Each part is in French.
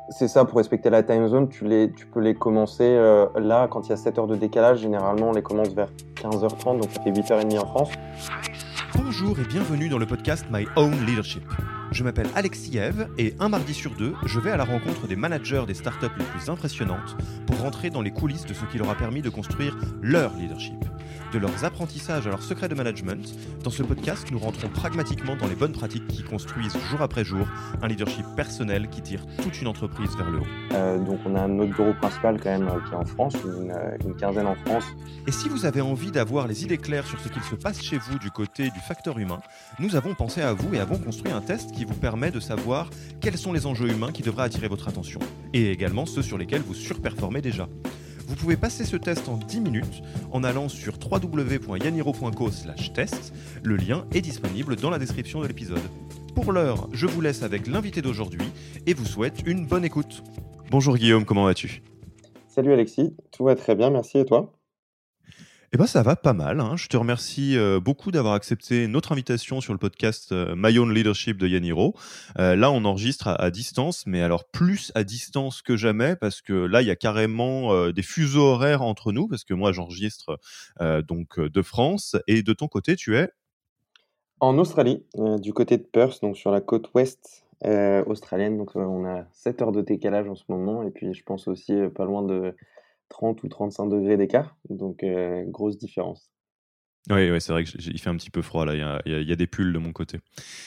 C'est ça, pour respecter la time zone, tu peux les commencer là, quand il y a 7 heures de décalage. Généralement, on les commence vers 15h30, donc ça fait 8h30 en France. Bonjour et bienvenue dans le podcast My Own Leadership. Je m'appelle Alexis Eve et un mardi sur deux, je vais à la rencontre des managers des startups les plus impressionnantes pour rentrer dans les coulisses de ce qui leur a permis de construire leur leadership. De leurs apprentissages à leurs secrets de management, dans ce podcast, nous rentrons pragmatiquement dans les bonnes pratiques qui construisent jour après jour un leadership personnel qui tire toute une entreprise vers le haut. Donc on a notre bureau principal quand même qui est en France, une quinzaine en France. Et si vous avez envie d'avoir les idées claires sur ce qu'il se passe chez vous du côté du facteur humain, nous avons pensé à vous et avons construit un test qui vous permet de savoir quels sont les enjeux humains qui devraient attirer votre attention, et également ceux sur lesquels vous surperformez déjà. Vous pouvez passer ce test en 10 minutes en allant sur www.yaniro.co/test. Le lien est disponible dans la description de l'épisode. Pour l'heure, je vous laisse avec l'invité d'aujourd'hui et vous souhaite une bonne écoute. Bonjour Guillaume, comment vas-tu ? Salut Alexis, tout va très bien, merci, et toi ? Eh ben ça va pas mal, hein. Je te remercie beaucoup d'avoir accepté notre invitation sur le podcast My Own Leadership de Yaniro. Là, on enregistre à distance, mais alors plus à distance que jamais, parce que là, il y a carrément des fuseaux horaires entre nous, parce que moi, j'enregistre donc de France, et de ton côté, tu es... En Australie, du côté de Perth, donc sur la côte ouest australienne, donc on a 7 heures de décalage en ce moment, et puis je pense aussi pas loin de 30 ou 35 degrés d'écart, donc grosse différence. Oui, ouais, c'est vrai qu'il fait un petit peu froid là, il y a des pulls de mon côté.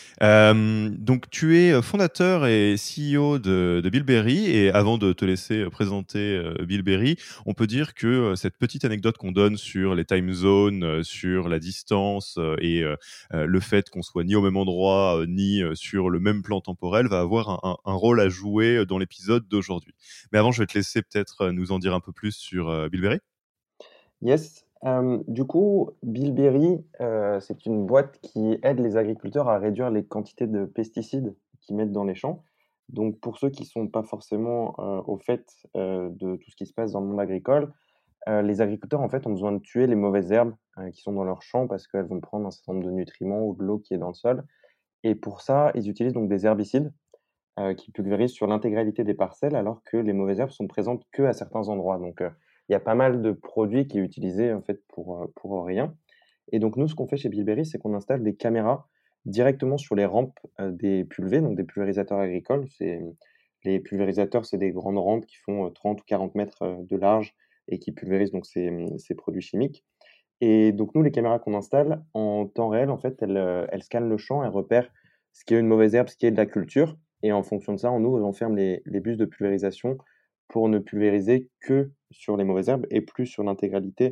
Donc tu es fondateur et CEO de Bilberry, et avant de te laisser présenter Bilberry, on peut dire que cette petite anecdote qu'on donne sur les time zones, sur la distance et le fait qu'on soit ni au même endroit ni sur le même plan temporel va avoir un rôle à jouer dans l'épisode d'aujourd'hui. Mais avant, je vais te laisser peut-être nous en dire un peu plus sur Bilberry. Yes. Du coup, Bilberry, c'est une boîte qui aide les agriculteurs à réduire les quantités de pesticides qu'ils mettent dans les champs. Donc pour ceux qui sont pas forcément, au fait, de tout ce qui se passe dans le monde agricole, les agriculteurs, en fait, ont besoin de tuer les mauvaises herbes, qui sont dans leurs champs parce qu'elles vont prendre un certain nombre de nutriments ou de l'eau qui est dans le sol, et pour ça, ils utilisent donc des herbicides, qui pulvérisent sur l'intégralité des parcelles, alors que les mauvaises herbes sont présentes qu'à certains endroits. Donc, il y a pas mal de produits qui est utilisé en fait pour rien. Et donc nous, ce qu'on fait chez Bilberry, c'est qu'on installe des caméras directement sur les rampes, des pulvés, donc des pulvérisateurs agricoles. Les pulvérisateurs, c'est des grandes rampes qui font, 30 ou 40 mètres, de large, et qui pulvérisent donc ces produits chimiques. Et donc nous, les caméras qu'on installe, en temps réel, en fait, elles scannent le champ, elles repèrent ce qui est une mauvaise herbe, ce qui est de la culture, et en fonction de ça, on ouvre et on ferme les bus de pulvérisation pour ne pulvériser que sur les mauvaises herbes et plus sur l'intégralité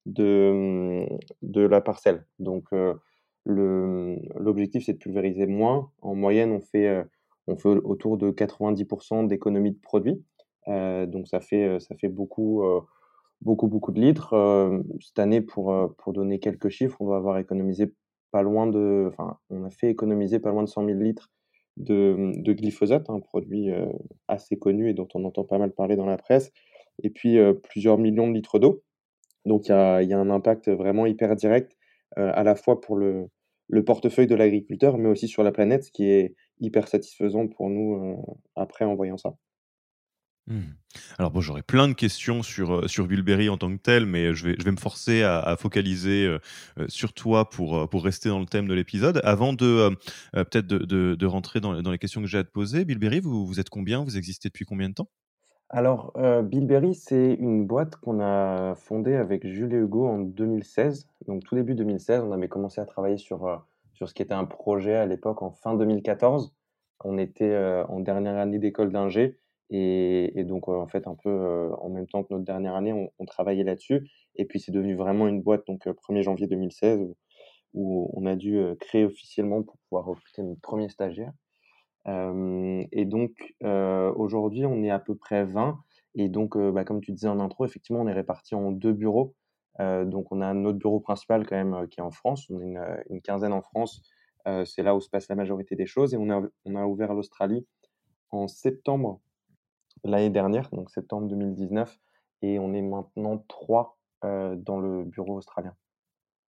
de la parcelle. Donc l'objectif, c'est de pulvériser moins. En moyenne, on fait autour de 90 d'économie de produits. Donc ça fait beaucoup, beaucoup de litres. Cette année, pour donner quelques chiffres, on doit avoir économisé pas loin de enfin, on a fait économiser pas loin de 100 000 litres de glyphosate, un produit, assez connu et dont on entend pas mal parler dans la presse, et puis, plusieurs millions de litres d'eau. Donc il y a un impact vraiment hyper direct, à la fois pour le portefeuille de l'agriculteur, mais aussi sur la planète, ce qui est hyper satisfaisant pour nous, après en voyant ça. Mmh. Alors bon, j'aurais plein de questions sur Bilberry en tant que tel, mais je vais me forcer à focaliser sur toi pour rester dans le thème de l'épisode. Avant peut-être de rentrer dans les questions que j'ai à te poser, Bilberry, vous êtes combien ? Vous existez depuis combien de temps ? Alors, Bilberry, c'est une boîte qu'on a fondée avec Jules et Hugo en 2016. Donc tout début 2016, on avait commencé à travailler sur ce qui était un projet à l'époque en fin 2014. On était, en dernière année d'école d'ingé, et donc, en fait, un peu, en même temps que notre dernière année, on travaillait là-dessus, et puis c'est devenu vraiment une boîte, donc 1er janvier 2016, où on a dû, créer officiellement pour pouvoir recruter notre premier stagiaire. Et donc, aujourd'hui, on est à peu près 20, et donc, bah, comme tu disais en intro, effectivement, on est répartis en 2 bureaux. Donc on a notre bureau principal quand même, qui est en France. On est une quinzaine en France. C'est là où se passe la majorité des choses, et on a ouvert l'Australie en septembre l'année dernière, donc septembre 2019, et on est maintenant 3 dans le bureau australien.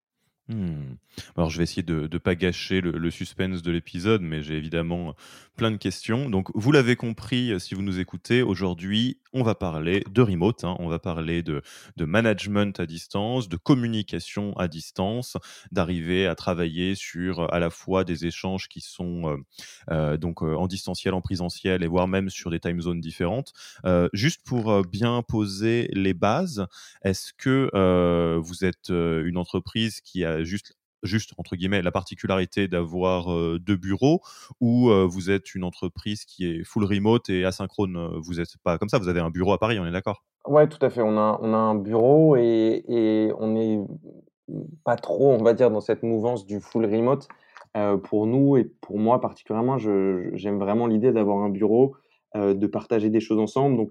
Mmh. Alors je vais essayer de pas gâcher le suspense de l'épisode, mais j'ai évidemment plein de questions. Donc vous l'avez compris, si vous nous écoutez, aujourd'hui, on va parler de remote, hein. On va parler de management à distance, de communication à distance, d'arriver à travailler sur, à la fois des échanges qui sont, en distanciel, en présentiel et voire même sur des time zones différentes. Juste pour, bien poser les bases, est-ce que vous êtes une entreprise qui a juste entre guillemets la particularité d'avoir 2 bureaux ou vous êtes une entreprise qui est full remote et asynchrone? Vous êtes pas comme ça, vous avez un bureau à Paris, on est d'accord? Ouais, tout à fait. On a un bureau et on est pas trop, on va dire, dans cette mouvance du full remote. Pour nous et pour moi particulièrement, j'aime vraiment l'idée d'avoir un bureau, de partager des choses ensemble. Donc,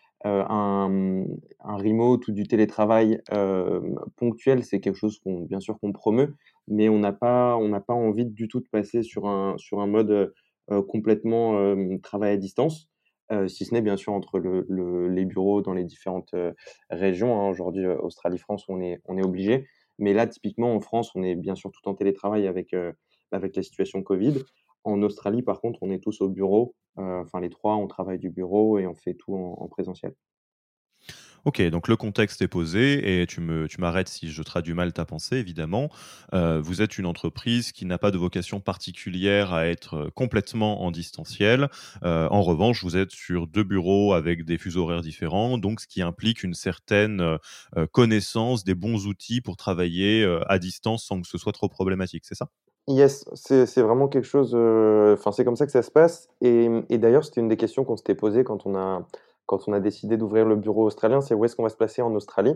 un remote ou du télétravail, ponctuel, c'est quelque chose qu'on bien sûr qu'on promeut, mais on n'a pas envie du tout de passer sur un mode, complètement, travail à distance. Si ce n'est bien sûr entre les bureaux dans les différentes, régions, hein. Aujourd'hui, Australie-France, on est obligé. Mais là, typiquement en France, on est bien sûr tout en télétravail avec la situation Covid. En Australie, par contre, on est tous au bureau, enfin les 3, on travaille du bureau et on fait tout en présentiel. OK, donc le contexte est posé et tu m'arrêtes si je traduis mal ta pensée évidemment. Vous êtes une entreprise qui n'a pas de vocation particulière à être, complètement en distanciel. En revanche, vous êtes sur 2 bureaux avec des fuseaux horaires différents, donc ce qui implique une certaine, connaissance des bons outils pour travailler, à distance sans que ce soit trop problématique, c'est ça? Yes, c'est vraiment quelque chose, enfin, c'est comme ça que ça se passe et d'ailleurs, c'était une des questions qu'on s'était posées quand on a décidé d'ouvrir le bureau australien, c'est où est-ce qu'on va se placer en Australie?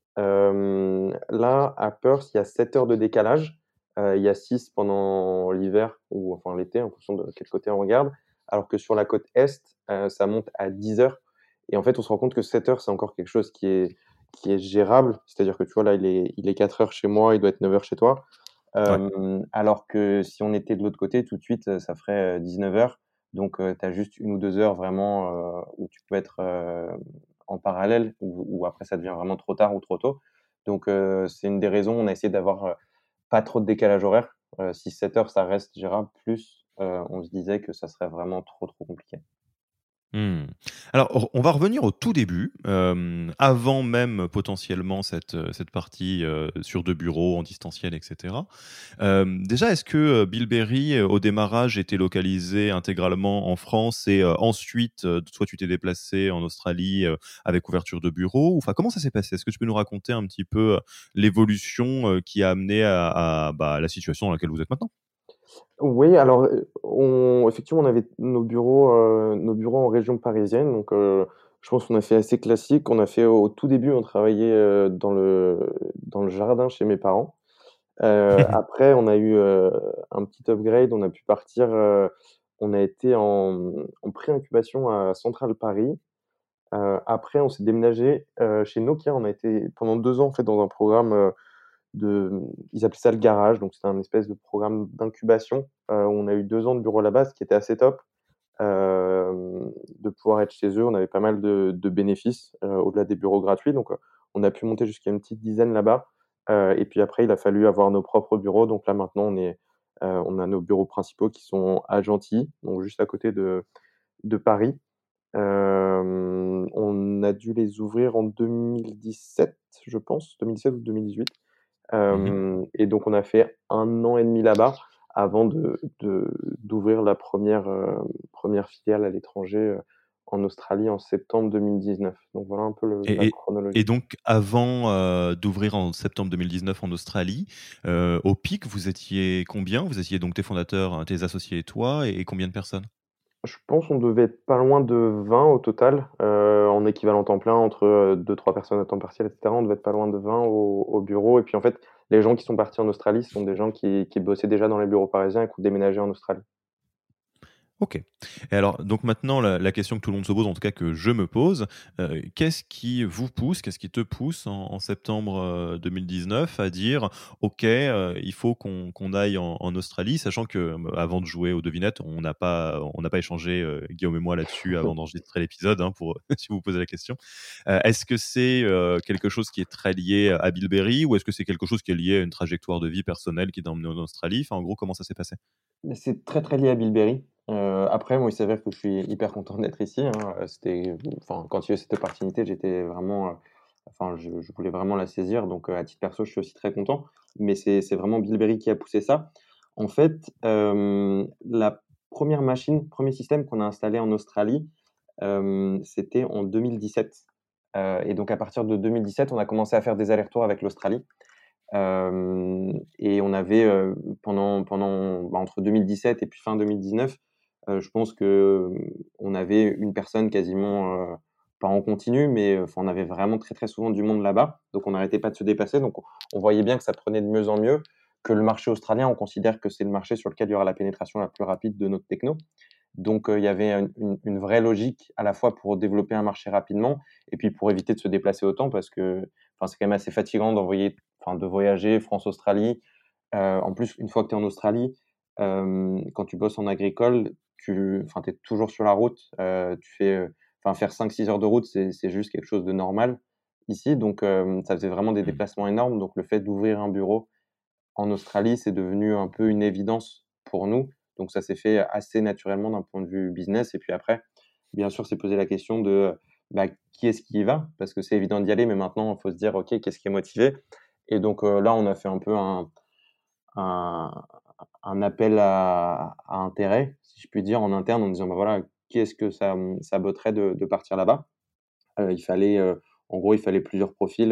Là, à Perth, il y a 7 heures de décalage. Il y a 6 pendant l'hiver ou enfin l'été, en fonction de quel côté on regarde, alors que sur la côte est, ça monte à 10 heures et en fait, on se rend compte que 7 heures, c'est encore quelque chose qui est gérable. C'est-à-dire que, tu vois, là, il est 4 heures chez moi, il doit être 9 heures chez toi. Ouais. Alors que si on était de l'autre côté, tout de suite, ça ferait, 19 heures. Donc, tu as juste 1 ou 2 heures vraiment, où tu peux être, en parallèle ou après ça devient vraiment trop tard ou trop tôt. Donc, c'est une des raisons, on a essayé d'avoir, pas trop de décalage horaire. Si 7 heures, ça reste gérable, plus, on se disait que ça serait vraiment trop, trop compliqué. Mmh. Alors, on va revenir au tout début, avant même potentiellement cette partie, sur 2 bureaux en distanciel et cetera. Déjà, est-ce que, Bilberry, au démarrage, était localisé intégralement en France et ensuite, toi, tu t'es déplacé en Australie, avec ouverture de bureau? Enfin, comment ça s'est passé? Est-ce que tu peux nous raconter un petit peu, l'évolution, qui a amené à la situation dans laquelle vous êtes maintenant? Oui, alors, on effectivement, on avait nos bureaux en région parisienne, donc je pense qu'on a fait assez classique. On a fait au tout début, on travaillait, dans le jardin chez mes parents. Après, on a eu, un petit upgrade, on a pu partir, on a été en pré-incubation à Central Paris. Après, on s'est déménagé, chez Nokia. On a été pendant 2 ans, en fait, dans un programme, ils appelaient ça le garage, donc c'était un espèce de programme d'incubation. On a eu 2 ans de bureau là-bas, ce qui était assez top, de pouvoir être chez eux. On avait pas mal de bénéfices, au-delà des bureaux gratuits, donc on a pu monter jusqu'à une petite dizaine là-bas, et puis après il a fallu avoir nos propres bureaux, donc là maintenant on a nos bureaux principaux qui sont à Gentilly, donc juste à côté de Paris. On a dû les ouvrir en 2017, je pense, 2017 ou 2018. Mmh. Et donc on a fait 1 an et demi là-bas avant d'ouvrir la première filiale à l'étranger, en Australie en septembre 2019. Donc voilà un peu le la Et et et chronologie. donc avant, d'ouvrir en septembre 2019 en Australie, au pic, vous étiez combien? Vous étiez donc tes fondateurs, tes associés et toi et combien de personnes? Je pense on devait être pas loin de 20 au total, en équivalent temps plein entre, 2-3 personnes à temps partiel et cetera. On devait être pas loin de 20 au bureau et puis en fait, les gens qui sont partis en Australie, ce sont des gens qui bossaient déjà dans les bureaux parisiens et qui ont déménagé en Australie. OK. Et alors, donc maintenant, la question que tout le monde se pose, en tout cas que je me pose, qu'est-ce qui vous pousse, qu'est-ce qui te pousse en septembre, 2019 à dire: «OK, il faut qu'on aille en Australie», sachant que, avant de jouer aux devinettes, on n'a pas échangé, Guillaume et moi là-dessus avant d'enregistrer l'épisode, hein, pour si vous vous posez la question. Est-ce que c'est, quelque chose qui est très lié à Bilberry ou est-ce que c'est quelque chose qui est lié à une trajectoire de vie personnelle qui t'a emmené en Australie? Enfin, en gros, comment ça s'est passé? C'est très, très lié à Bilberry. Après, moi, il s'avère que je suis hyper content d'être ici, hein, enfin, quand il y a eu cette opportunité, j'étais vraiment, enfin, je voulais vraiment la saisir, donc à titre perso, je suis aussi très content. Mais c'est vraiment Bilberry qui a poussé ça. En fait, la première machine, premier système qu'on a installé en Australie, c'était en 2017. Et donc à partir de 2017, on a commencé à faire des allers-retours avec l'Australie. Et on avait, entre 2017 et puis fin 2019, je pense que, on avait une personne quasiment, pas en continu, mais, enfin, on avait vraiment très, très souvent du monde là-bas. Donc on n'arrêtait pas de se déplacer. Donc on voyait bien que ça prenait de mieux en mieux, que le marché australien, on considère que c'est le marché sur lequel il y aura la pénétration la plus rapide de notre techno. Donc, il y avait une vraie logique à la fois pour développer un marché rapidement et puis pour éviter de se déplacer autant parce que, enfin, c'est quand même assez fatigant de voyager France-Australie. En plus, une fois que tu es en Australie, quand tu bosses en agricole, tu es toujours sur la route, faire 5-6 heures de route, c'est juste quelque chose de normal ici. Donc, ça faisait vraiment des Mmh. déplacements énormes. Donc le fait d'ouvrir un bureau en Australie, c'est devenu un peu une évidence pour nous. Donc ça s'est fait assez naturellement d'un point de vue business. Et puis après, bien sûr, c'est poser la question de bah, qui est-ce qui y va? Parce que c'est évident d'y aller, mais maintenant, il faut se dire, OK, qu'est-ce qui est motivé? Et donc là, on a fait un peu un, un appel à intérêt, si je puis dire, en interne, en disant, bah, voilà, qui est-ce que ça botterait de partir là-bas? Il fallait, en gros, il fallait plusieurs profils,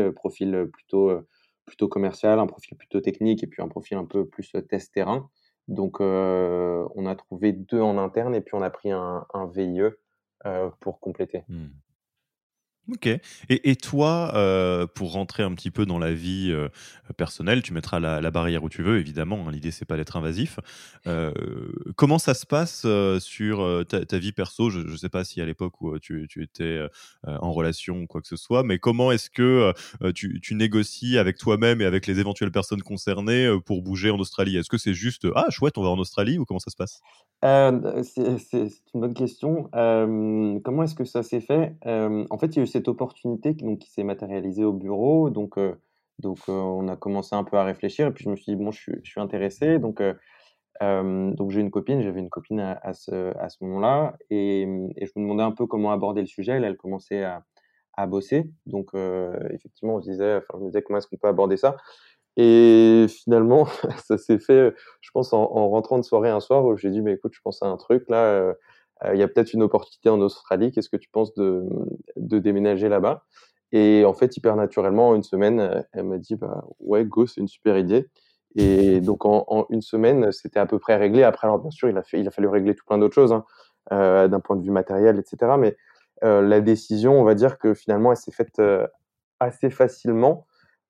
plutôt commercial, un profil plutôt technique et puis un profil un peu plus, test terrain. Donc, on a trouvé 2 en interne et puis on a pris un VIE, pour compléter. Mmh. OK. Et toi, pour rentrer un petit peu dans la vie, personnelle, tu mettras la barrière où tu veux évidemment, hein, l'idée c'est pas d'être invasif. Heu, Comment ça se passe, sur, ta vie perso? Je sais pas si à l'époque où, tu étais, en relation ou quoi que ce soit, mais comment est-ce que, tu négocies avec toi-même et avec les éventuelles personnes concernées, pour bouger en Australie? Est-ce que c'est juste: «Ah chouette, on va en Australie» ou comment ça se passe? C'est une bonne question. Comment est-ce que ça s'est fait? En fait, il y a eu cette opportunité qui s'est matérialisée au bureau, on a commencé un peu à réfléchir et puis je me suis dit: «Bon, je suis intéressé», donc j'ai une copine, j'avais une copine à ce moment-là et je me demandais un peu comment aborder le sujet. Elle commençait à bosser, donc effectivement, je me disais: «Comment est-ce qu'on peut aborder ça?» Et finalement, ça s'est fait, je pense en rentrant de soirée un soir où j'ai dit: «Mais écoute, je pense à un truc là, il y a peut-être une opportunité en Australie. Qu'est-ce que tu penses de déménager là-bas?» Et en fait, hyper naturellement, en une semaine, elle m'a dit: «Bah, ouais, go, c'est une super idée». Et donc en une semaine, c'était à peu près réglé. Après alors bien sûr, il a fallu régler tout plein d'autres choses, hein, d'un point de vue matériel et cetera. Mais, la décision, on va dire que finalement, elle s'est faite, assez facilement,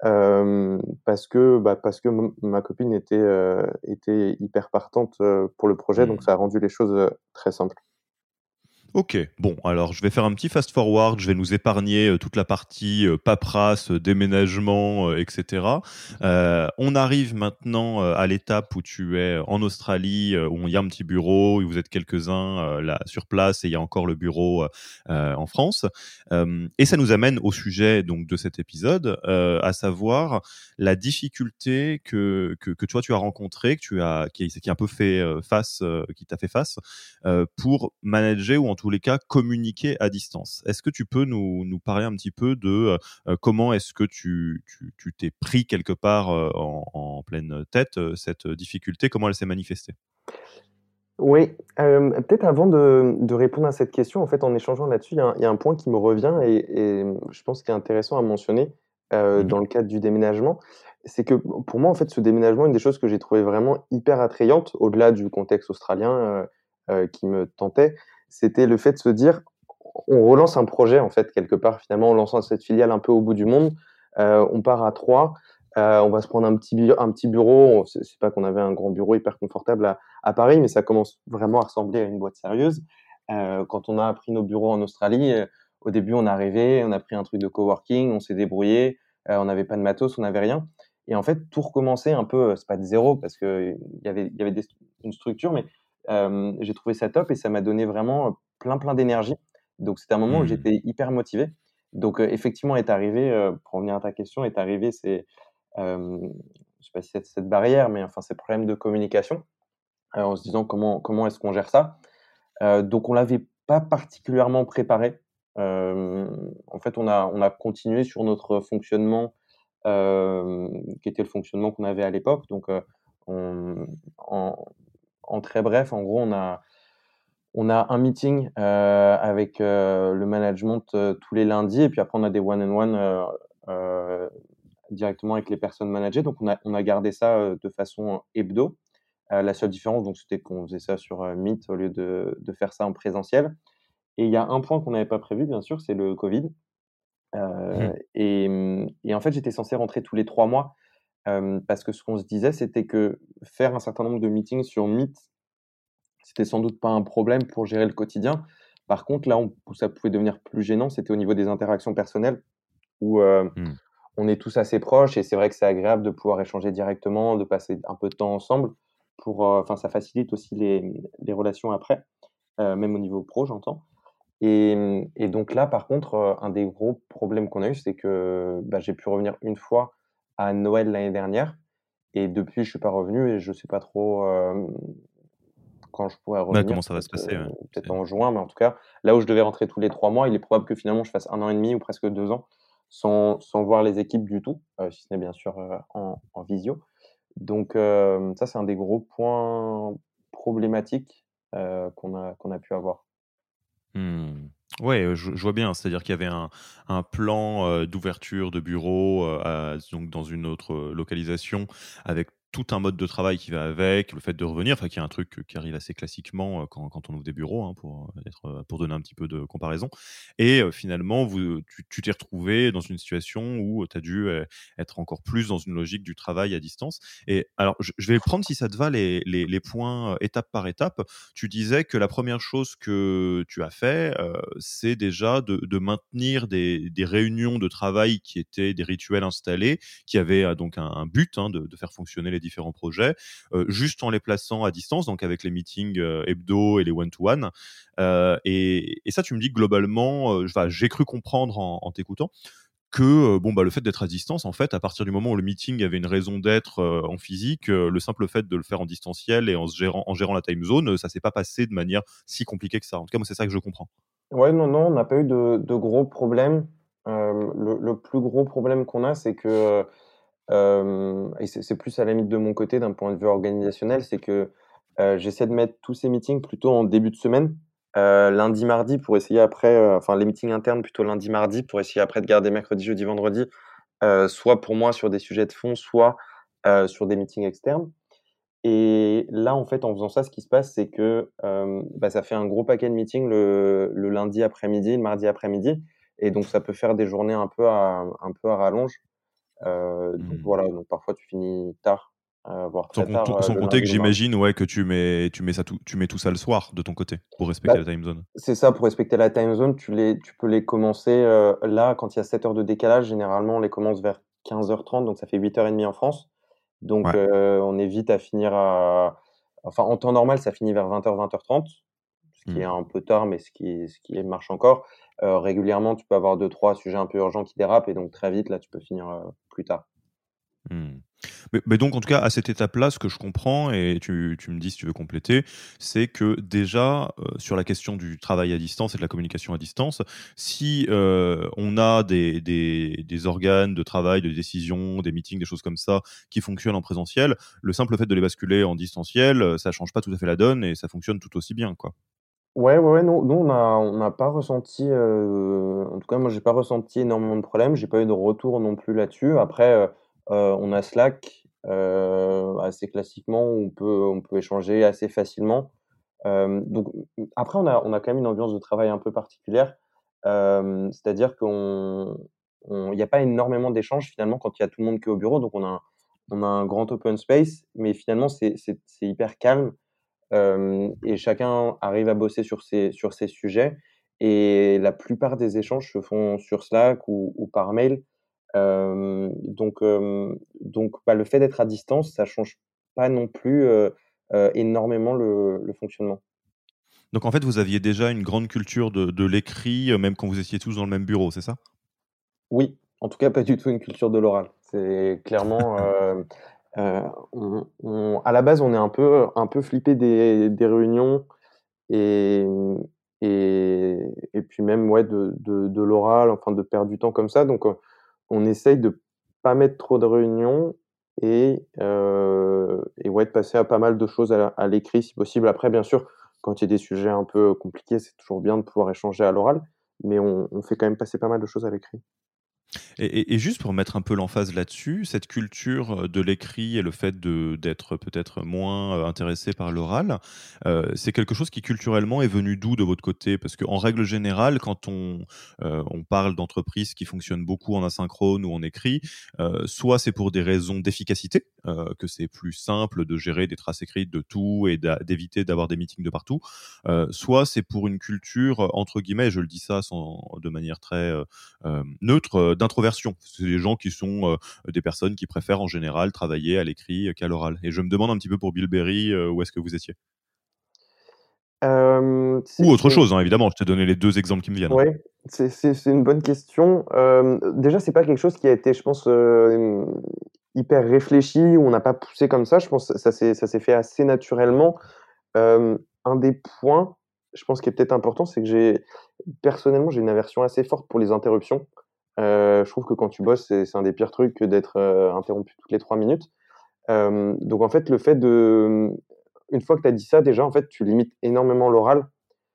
parce que ma copine était hyper partante, pour le projet, donc Mmh. ça a rendu les choses, très simples. OK. Bon, alors je vais faire un petit fast forward, je vais nous épargner, toute la partie, paperasse, déménagement, et cetera. On arrive maintenant, à l'étape où tu es en Australie, où il y a un petit bureau, où vous êtes quelques-uns, là sur place et il y a encore le bureau, en France. Et ça nous amène au sujet donc de cet épisode, à savoir la difficulté que toi tu as rencontrée, que tu as qui a un peu fait, face, qui t'a fait face, pour manager ou en tous les cas communiquer à distance. Est-ce que tu peux nous parler un petit peu de comment est-ce que tu t'es pris quelque part en pleine tête cette difficulté? Comment elle s'est manifestée? Oui, peut-être avant de répondre à cette question, en fait, en échangeant là-dessus, il y a un point qui me revient et je pense qu'il est intéressant à mentionner, Mhm. dans le cadre du déménagement. C'est que pour moi, en fait, ce déménagement, une des choses que j'ai trouvé vraiment hyper attrayante, au-delà du contexte australien, qui me tentait, c'était le fait de se dire: «On relance un projet, en fait, quelque part, finalement, en lançant cette filiale un peu au bout du monde». On part à 3, on va se prendre un petit bureau. C'est pas qu'on avait un grand bureau hyper confortable à Paris, mais ça commence vraiment à ressembler à une boîte sérieuse. Quand on a pris nos bureaux en Australie, au début, on est arrivé, on a pris un truc de coworking, on s'est débrouillé, on n'avait pas de matos, on n'avait rien. Et en fait, tout recommencer un peu, c'est pas de zéro parce que il y avait une structure, mais j'ai trouvé ça top et ça m'a donné vraiment plein d'énergie. Donc c'était un moment où Mmh. j'étais hyper motivé. Donc effectivement est arrivé, pour revenir à ta question, est arrivé ces, je sais pas si c'est cette barrière, mais enfin ces problèmes de communication, en se disant: «Comment est-ce qu'on gère ça?» Donc on l'avait pas particulièrement préparé. En fait, on a continué sur notre fonctionnement, qui était le fonctionnement qu'on avait à l'époque. Donc on en en très bref, en gros, on a un meeting, avec, le management, tous les lundis et puis après on a des one on one, heu, directement avec les personnes managées. Donc on a gardé ça, de façon hebdo. La seule différence donc c'était qu'on faisait ça sur, Meet au lieu de faire ça en présentiel. Et il y a un point qu'on n'avait pas prévu bien sûr, c'est le covid. Mmh. Et en fait, j'étais censé rentrer tous les 3 mois, parce que ce qu'on se disait, c'était que faire un certain nombre de meetings sur Meet, c'était sans doute pas un problème pour gérer le quotidien. Par contre, là où ça pouvait devenir plus gênant, c'était au niveau des interactions personnelles où, Mmh. on est tous assez proches et c'est vrai que c'est agréable de pouvoir échanger directement, de passer un peu de temps ensemble pour, enfin, ça facilite aussi les relations après, même au niveau pro, j'entends. Et donc là, par contre, un des gros problèmes qu'on a eu, c'est que, bah, j'ai pu revenir une fois à Noël l'année dernière et depuis, je suis pas revenu et je sais pas trop, quand je pourrais Ouais, revenir, comment ça va se passer, ouais. peut-être C'est en juin, mais en tout cas, là où je devais rentrer tous les 3 mois, il est probable que finalement je fasse 1 an et demi ou presque 2 ans sans voir les équipes du tout, si ce n'est bien sûr, en visio. Donc ça, c'est un des gros points problématiques, qu'on a pu avoir. Mmh. Ouais, je vois bien. C'est-à-dire qu'il y avait un plan, d'ouverture de bureau, donc dans une autre, localisation avec tout un mode de travail qui va avec, le fait de revenir, enfin qui est un truc, qui arrive assez classiquement, quand on ouvre des bureaux, hein, pour donner un petit peu de comparaison et finalement tu t'es retrouvé dans une situation où tu as dû, être encore plus dans une logique du travail à distance et alors je vais prendre si ça te va les points, étape par étape. Tu disais que la première chose que tu as fait, c'est déjà de maintenir des réunions de travail qui étaient des rituels installés, qui avaient, donc un but, hein, de faire fonctionner les différents projets, juste en les plaçant à distance, donc avec les meetings, hebdo et les one to one. Et ça, tu me dis que globalement, enfin, j'ai cru comprendre en t'écoutant que, bon, bah, le fait d'être à distance, en fait, à partir du moment où le meeting avait une raison d'être, en physique, le simple fait de le faire en distanciel et en gérant la time zone, ça s'est pas passé de manière si compliquée que ça. En tout cas, moi, c'est ça que je comprends. Ouais, non, non, on n'a pas eu de gros problèmes. Le plus gros problème qu'on a, c'est que, et c'est plus à la limite de mon côté d'un point de vue organisationnel, c'est que, j'essaie de mettre tous ces meetings plutôt en début de semaine, lundi, mardi pour essayer après, enfin les meetings internes plutôt lundi, mardi pour essayer après de garder mercredi, jeudi, vendredi, soit pour moi sur des sujets de fond, soit, sur des meetings externes. Et là, en fait, en faisant ça, ce qui se passe, c'est que, bah, ça fait un gros paquet de meetings le lundi après-midi, le mardi après-midi et donc ça peut faire des journées un peu à rallonge. Donc Mmh. voilà, donc parfois tu finis tard, voire Sans très compto tard, sans le compter lundi que ou le mardi. j'imagine, ouais, que tu mets tout ça le soir de ton côté, pour respecter Bah, la time zone? c'est ça, pour respecter la time zone, tu peux les commencer, là, quand il y a 7 heures de décalage, généralement, on les commence vers 15h30, donc ça fait 8h30 en France. Donc Ouais. on évite à finir à enfin, en temps normal, ça finit vers 20h-20h30, ce qui est Mmh. un peu tard, mais ce qui marche encore. Régulièrement, tu peux avoir deux trois sujets un peu urgents qui dérapent et donc très vite, là, tu peux finir, plus tard. Mmh. Mais donc en tout cas, à cette étape-là, ce que je comprends et tu me dis si tu veux compléter, c'est que déjà, sur la question du travail à distance et de la communication à distance, si, on a des organes de travail, de décision, des meetings, des choses comme ça, qui fonctionnent en présentiel, le simple fait de les basculer en distanciel, ça change pas tout à fait la donne et ça fonctionne tout aussi bien, quoi. Ouais, ouais, ouais, nous, on n'a pas ressenti, en tout cas, moi, j'ai pas ressenti énormément de problèmes. J'ai pas eu de retour non plus là-dessus. Après, on a Slack, assez classiquement, où on peut échanger assez facilement. Donc, après, on a quand même une ambiance de travail un peu particulière. C'est-à-dire il y a pas énormément d'échanges finalement quand il y a tout le monde qui est au bureau. Donc on a un grand open space, mais finalement c'est hyper calme. et chacun arrive à bosser sur ses sujets et la plupart des échanges se font sur Slack ou par mail. Donc bah, le fait d'être à distance, ça change pas non plus, énormément le fonctionnement. Donc en fait, vous aviez déjà une grande culture de l'écrit, même quand vous étiez tous dans le même bureau, c'est ça? Oui, en tout cas pas du tout une culture de l'oral. C'est clairement, on à la base, on est un peu flippé des réunions et et puis même, ouais, de l'oral, enfin de perdre du temps comme ça, donc on essaye de pas mettre trop de réunions et ouais, de passer à pas mal de choses à l'écrit si possible. Après, bien sûr, quand il y a des sujets un peu compliqués, c'est toujours bien de pouvoir échanger à l'oral, mais on fait quand même passer pas mal de choses à l'écrit. Et juste pour mettre un peu l'emphase là-dessus, cette culture, de l'écrit et le fait d'être peut-être moins, intéressé par l'oral, c'est quelque chose qui culturellement est venu d'où de votre côté? Parce qu'en règle générale, quand on parle d'entreprises qui fonctionnent beaucoup en asynchrone ou en écrit, soit c'est pour des raisons d'efficacité, que c'est plus simple de gérer des traces écrites de tout et d'éviter d'avoir des meetings de partout, soit c'est pour une culture, entre guillemets, je le dis ça sans de manière très, neutre, d'introversion. C'est des gens qui sont des personnes qui préfèrent en général travailler à l'écrit qu'à l'oral. Et je me demande un petit peu pour Bill Berry, où est-ce que vous étiez? Ou autre C'est chose, hein, évidemment, je t'ai donné les 2 exemples qui me viennent, hein. Ouais, c'est une bonne question. Déjà, c'est pas quelque chose qui a été, je pense, hyper réfléchi, où on n'a pas poussé comme ça. Je pense que ça s'est fait assez naturellement. Un des points, je pense, qui est peut-être important, c'est que personnellement, j'ai une aversion assez forte pour les interruptions. Je trouve que quand tu bosses, c'est un des pires trucs que d'être, interrompu toutes les 3 minutes. Donc en fait, le fait une fois que tu as dit ça, déjà, en fait, tu limites énormément l'oral.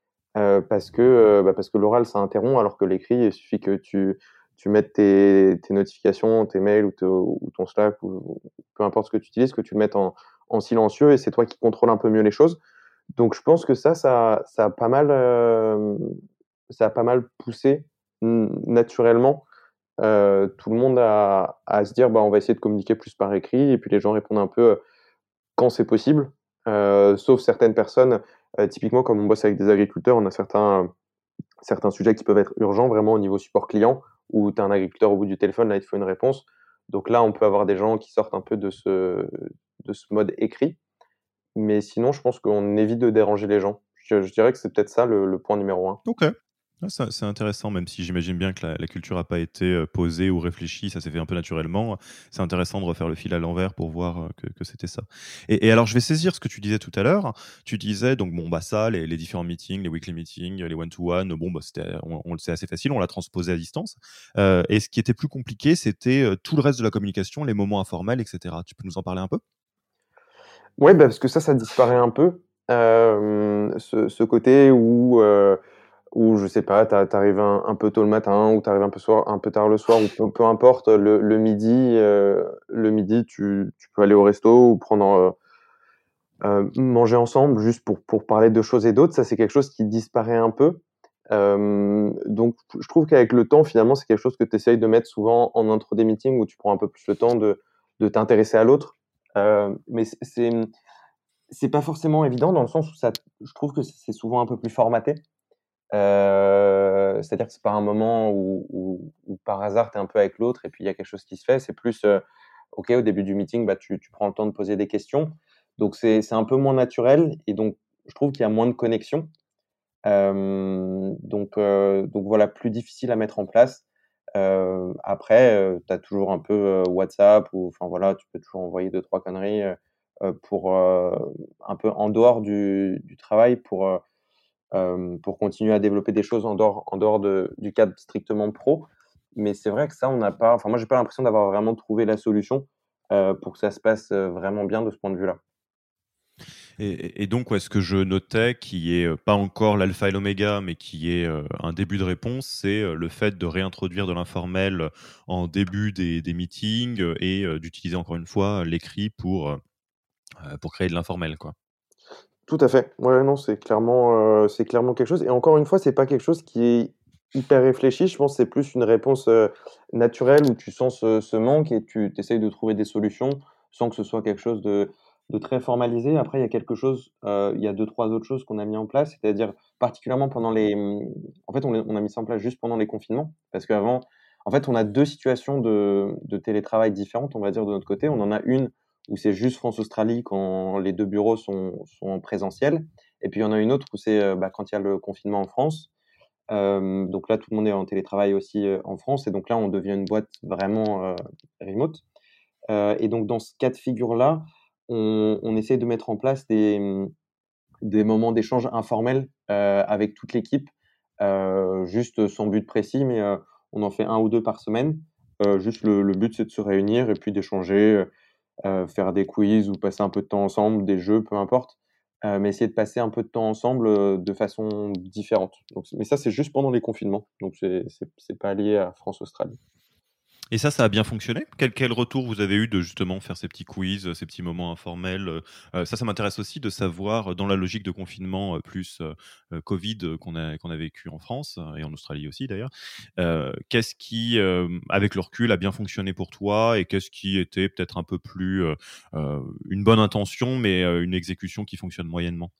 Parce que l'oral, ça interrompt, alors que l'écrit, il suffit que tu mettes tes notifications, tes mails ou ton Slack ou peu importe ce que tu utilises, que tu le mettes en silencieux et c'est toi qui contrôles un peu mieux les choses. Donc je pense que ça a pas mal, ça a pas mal poussé naturellement, tout le monde à se dire: «Bah, on va essayer de communiquer plus par écrit» et puis les gens répondent un peu, quand c'est possible, sauf certaines personnes, typiquement comme on bosse avec des agriculteurs, on a certains sujets qui peuvent être urgents vraiment au niveau support client, où tu as un agriculteur au bout du téléphone, là, il te faut une réponse. Donc là, on peut avoir des gens qui sortent un peu de ce mode écrit. Mais sinon, je pense qu'on évite de déranger les gens. Je dirais que c'est peut-être ça le point numéro un. OK. Ah, ça c'est intéressant, même si j'imagine bien que la culture n'a pas été, posée ou réfléchie, ça s'est fait un peu naturellement. C'est intéressant de refaire le fil à l'envers pour voir, que c'était ça. Et alors je vais saisir ce que tu disais tout à l'heure. Tu disais donc bon, bah, ça, les différents meetings, les weekly meetings, les one to one, bon, bah, c'était on le sait assez facile, on l'a transposé à distance. Et ce qui était plus compliqué, c'était, tout le reste de la communication, les moments informels et cetera. Tu peux nous en parler un peu? Ouais, bah, parce que ça disparaît un peu. Ce côté où je sais pas, tu arrives un peu tôt le matin ou tu arrives un peu tard le soir ou peu importe, le midi, tu peux aller au resto ou prendre, manger ensemble juste pour parler de choses et d'autres. Ça, c'est quelque chose qui disparaît un peu. Donc je trouve qu'avec le temps, finalement, c'est quelque chose que tu essayes de mettre souvent en intro des meetings où tu prends un peu plus le temps de t'intéresser à l'autre. Mais c'est pas forcément évident dans le sens où je trouve que c'est souvent un peu plus formaté. C'est-à-dire que c'est pas un moment où par hasard, tu es un peu avec l'autre et puis il y a quelque chose qui se fait. C'est plus, OK, au début du meeting, bah, tu prends le temps de poser des questions. Donc c'est un peu moins naturel et donc je trouve qu'il y a moins de connexion. Donc voilà, plus difficile à mettre en place. Après, tu as toujours un peu, WhatsApp ou enfin voilà, tu peux toujours envoyer deux trois conneries, un peu en dehors du travail pour continuer à développer des choses en dehors du cadre strictement pro. Mais c'est vrai que ça, on n'a pas enfin moi, j'ai pas l'impression d'avoir vraiment trouvé la solution, pour que ça se passe, vraiment bien de ce point de vue-là. Et donc, ouais, ce que je notais, qui est pas encore l'alpha et l'oméga, mais qui est un début de réponse, c'est le fait de réintroduire de l'informel en début des meetings et d'utiliser encore une fois l'écrit pour créer de l'informel, quoi. Tout à fait. Ouais, non, c'est clairement quelque chose et encore une fois, c'est pas quelque chose qui est hyper réfléchi. Je pense que c'est plus une réponse, naturelle où tu sens ce manque et tu essayes de trouver des solutions sans que ce soit quelque chose de très formalisé. Après, il y a quelque chose, il y a 2-3 autres choses qu'on a mis en place, c'est-à-dire particulièrement pendant en fait, on a mis ça en place juste pendant les confinements parce qu'avant en fait, on a 2 situations de télétravail différentes, on va dire, de notre côté. On en a une où c'est juste France-Australie quand les 2 bureaux sont en présentiel et puis il y en a une autre où c'est, quand il y a le confinement en France. Donc là, tout le monde est en télétravail aussi, en France et donc là, on devient une boîte vraiment, remote. Et donc dans ce cas de figure-là, on essaie de mettre en place des moments d'échange informels, avec toute l'équipe, juste sans but précis, mais on en fait un ou 2 par semaine. Juste le but, c'est de se réunir et puis d'échanger, faire des quiz ou passer un peu de temps ensemble, des jeux, peu importe, mais essayer de passer un peu de temps ensemble, de façon différente. Donc mais ça, c'est juste pendant les confinements, donc c'est pas lié à France-Australie. Et ça a bien fonctionné? Quel retour vous avez eu de justement faire ces petits quiz, ces petits moments informels? Ça m'intéresse aussi de savoir, dans la logique de confinement, plus, Covid, qu'on a vécu en France, et en Australie aussi d'ailleurs. Qu'est-ce qui, avec le recul, a bien fonctionné pour toi et qu'est-ce qui était peut-être un peu plus, une bonne intention mais, une exécution qui fonctionne moyennement?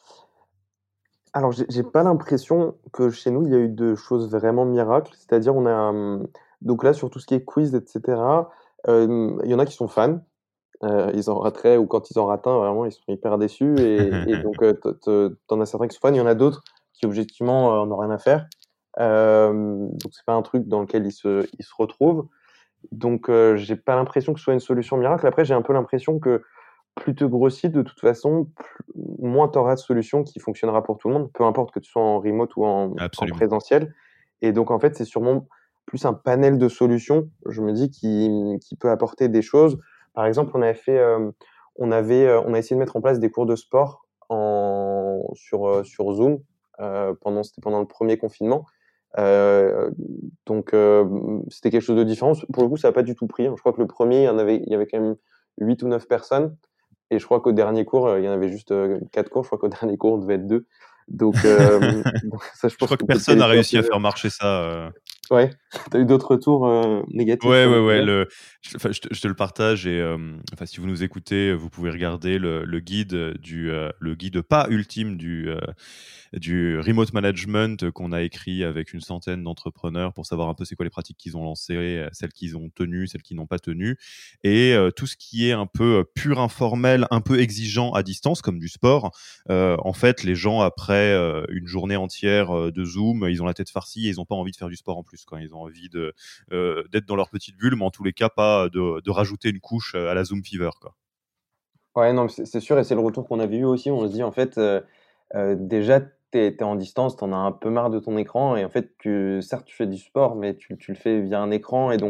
Alors j'ai pas l'impression que chez nous, il y a eu de choses vraiment miracles. C'est-à-dire on a, donc là, sur tout ce qui est quiz et cetera, il y en a qui sont fans, ils en rateraient ou quand ils en ratent un, vraiment, ils sont hyper déçus et donc tu as certains qui sont fans. Il y en a d'autres qui objectivement, en ont rien à faire. Donc c'est pas un truc dans lequel ils se retrouvent. Donc j'ai pas l'impression que ce soit une solution miracle. Après, j'ai un peu l'impression que plus tu grossis, de toute façon, moins tu auras de solutions qui fonctionnera pour tout le monde, peu importe que tu sois en remote ou en Absolument. présentiel. Et donc, en fait, c'est sûrement plus un panel de solutions, je me dis, qui peut apporter des choses. Par exemple, on a essayé de mettre en place des cours de sport sur Zoom, c'était pendant le premier confinement. Heu, donc, c'était quelque chose de différent. Pour le coup, ça a pas du tout pris, hein. Je crois que le premier, il y avait quand même 8 ou 9 personnes et je crois qu'au dernier cours, il y en avait juste, 4 cours. Je crois qu'au dernier cours, on devait être 2. Donc, donc ça, je Je pense crois que qu'on peut le personne n'a qualifier un réussi peu. à faire marcher ça, Ouais. Tu as eu d'autres retours, négatifs Ouais, sur le ouais, ouais, sujet? je te le partage et enfin, si vous nous écoutez, vous pouvez regarder le guide, le guide pas ultime du remote management, qu'on a écrit avec une centaine d'entrepreneurs pour savoir un peu c'est quoi les pratiques qu'ils ont lancées, celles qu'ils ont tenues, celles qui n'ont pas tenues et tout ce qui est un peu, pur informel, un peu exigeant à distance comme du sport. En fait, les gens après, une journée entière, de Zoom, ils ont la tête farcie et ils ont pas envie de faire du sport en plus, quoi. Ils ont envie d'être dans leur petite bulle, mais en tous les cas pas de rajouter une couche, à la Zoom fever, quoi. Ouais, non, mais c'est sûr et c'est le retour qu'on avait eu aussi. On se dit, en fait, déjà, tu es en distance, tu en as un peu marre de ton écran et en fait, certes, tu fais du sport, mais tu le fais via un écran et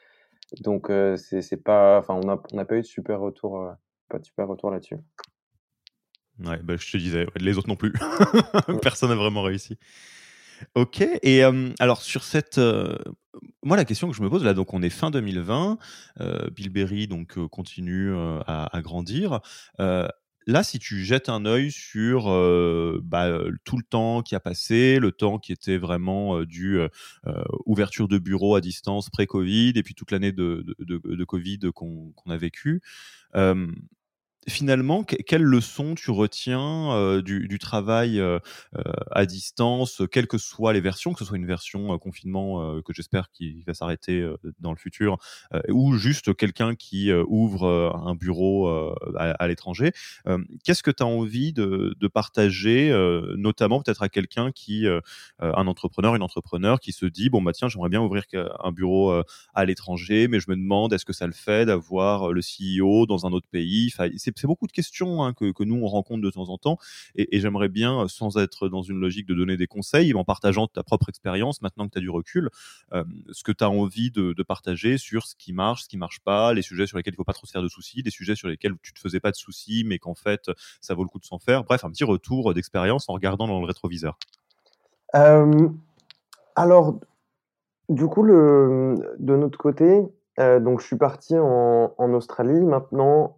donc c'est pas enfin, on n'a pas eu de super retour, pas de super retour là-dessus. Ouais, bah, je te disais, ouais, les autres non plus. Mmh. Personne n'a vraiment réussi. OK et alors sur cette, moi la question que je me pose là, donc on est fin 2020, Bilberry donc continue, à grandir. Heu, Là, si tu jettes un œil sur, tout le temps qui a passé, le temps qui était vraiment, ouverture de bureau à distance pré-covid et puis toute l'année de covid qu'on a vécu. Hem Finalement, quelle leçon tu retiens, du travail, à distance, quelles que soient les versions, que ce soit une version, confinement, que j'espère qui va s'arrêter, dans le futur, ou juste quelqu'un qui, ouvre, un bureau, à l'étranger. Qu'est-ce que tu as envie de partager, notamment peut-être à quelqu'un qui, un entrepreneur, une entrepreneur qui se dit: «Bon, bah, tiens, j'aimerais bien ouvrir un bureau, à l'étranger, mais je me demande est-ce que ça le fait d'avoir le CEO dans un autre pays?» Enfin, c'est beaucoup de questions, hein, que nous on rencontre de temps en temps et j'aimerais bien, sans être dans une logique de donner des conseils, mais en partageant ta propre expérience, maintenant que tu as du recul, ce que tu as envie de partager sur ce qui marche pas, les sujets sur lesquels il faut pas trop se faire de soucis, les sujets sur lesquels tu te faisais pas de soucis, mais qu'en fait, ça vaut le coup de s'en faire. Bref, un petit retour d'expérience en regardant dans le rétroviseur. Hem, alors, du coup, de notre côté, donc je suis parti en Australie. Maintenant,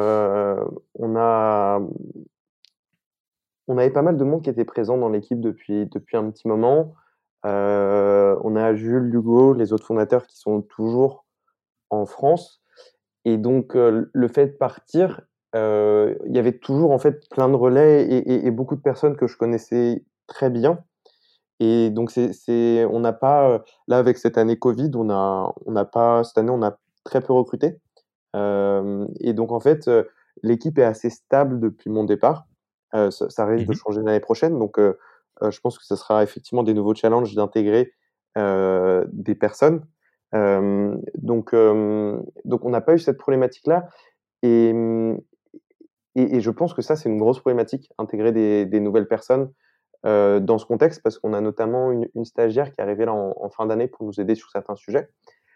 on avait pas mal de monde qui était présent dans l'équipe depuis un petit moment. On a Jules, Hugo, les autres fondateurs qui sont toujours en France et donc le fait de partir, il y avait toujours en fait plein de relais et beaucoup de personnes que je connaissais très bien et donc on n'a pas, là avec cette année covid, on n'a pas cette année, on a très peu recruté. Et donc en fait, l'équipe est assez stable depuis mon départ. Ça risque de Mmh. changer l'année prochaine, donc je pense que ce sera effectivement des nouveaux challenges d'intégrer, des personnes. Donc on n'a pas eu cette problématique-là et je pense que ça, c'est une grosse problématique, intégrer des nouvelles personnes, dans ce contexte parce qu'on a notamment une stagiaire qui est arrivée là en fin d'année pour nous aider sur certains sujets.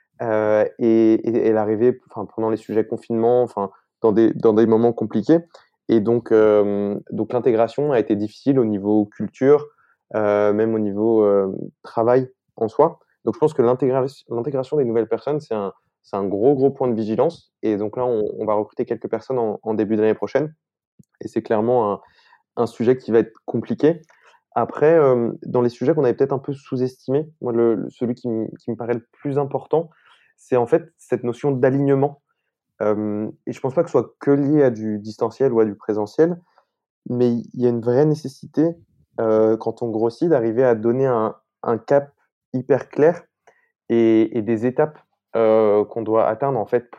Et elle arrivait enfin, pendant les sujets confinement, enfin, dans des moments compliqués et donc l'intégration a été difficile au niveau culture, même au niveau, travail en soi. Donc je pense que l'intégration des nouvelles personnes, c'est un gros, gros point de vigilance et donc là, on va recruter quelques personnes en début d'année prochaine et c'est clairement un sujet qui va être compliqué. Après, dans les sujets qu'on avait peut-être un peu sous-estimés, moi celui qui me paraît le plus important, c'est en fait cette notion d'alignement. Et je pense pas que ce soit que lié à du distanciel ou à du présentiel, mais il y a une vraie nécessité, quand on grossit, d'arriver à donner un cap hyper clair et des étapes, qu'on doit atteindre en fait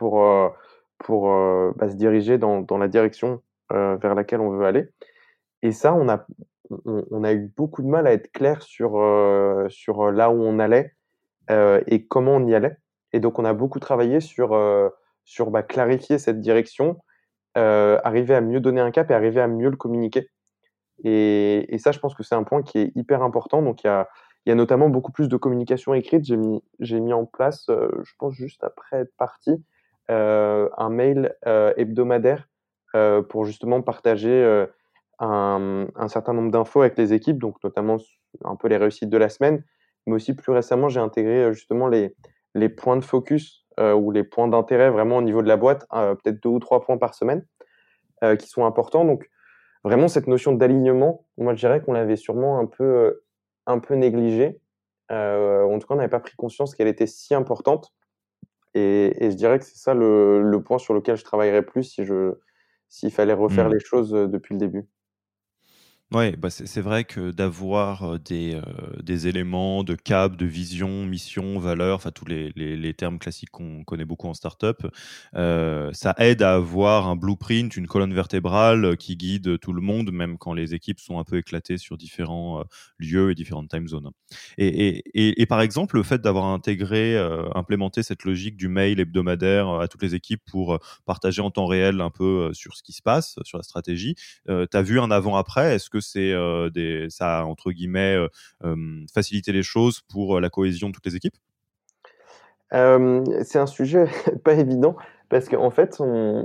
pour se diriger dans la direction, vers laquelle on veut aller. Et ça, on a eu beaucoup de mal à être clair sur là où on allait, et comment on y allait. Et donc on a beaucoup travaillé sur clarifier cette direction, arriver à mieux donner un cap et arriver à mieux le communiquer. Et ça, je pense que c'est un point qui est hyper important. Donc il y a notamment beaucoup plus de communication écrite. J'ai mis en place, je pense juste après être parti, un mail, hebdomadaire, pour justement partager, un certain nombre d'infos avec les équipes, donc notamment un peu les réussites de la semaine. Mais aussi plus récemment, j'ai intégré, justement les points de focus, ou les points d'intérêt vraiment au niveau de la boîte, peut-être 2 ou 3 points par semaine, qui sont importants. Donc vraiment cette notion d'alignement, moi je dirais qu'on l'avait sûrement un peu négligée. En tout cas, on n'avait pas pris conscience qu'elle était si importante et je dirais que c'est ça le point sur lequel je travaillerais plus s'il fallait refaire Mmh. les choses, depuis le début. Ouais, bah, c'est vrai que d'avoir, des éléments de cap, de vision, mission, valeur, enfin tous les termes classiques qu'on connaît beaucoup en startup, ça aide à avoir un blueprint, une colonne vertébrale, qui guide tout le monde, même quand les équipes sont un peu éclatées sur différents, lieux et différentes time zones. Et par exemple, le fait d'avoir intégré, implémenté cette logique du mail hebdomadaire, à toutes les équipes pour, partager en temps réel un peu, sur ce qui se passe, sur la stratégie, tu as vu un avant-après? Est-ce que c'est, ça a entre guillemets, facilité les choses pour, la cohésion de toutes les équipes? C'est un sujet pas évident parce qu'en fait,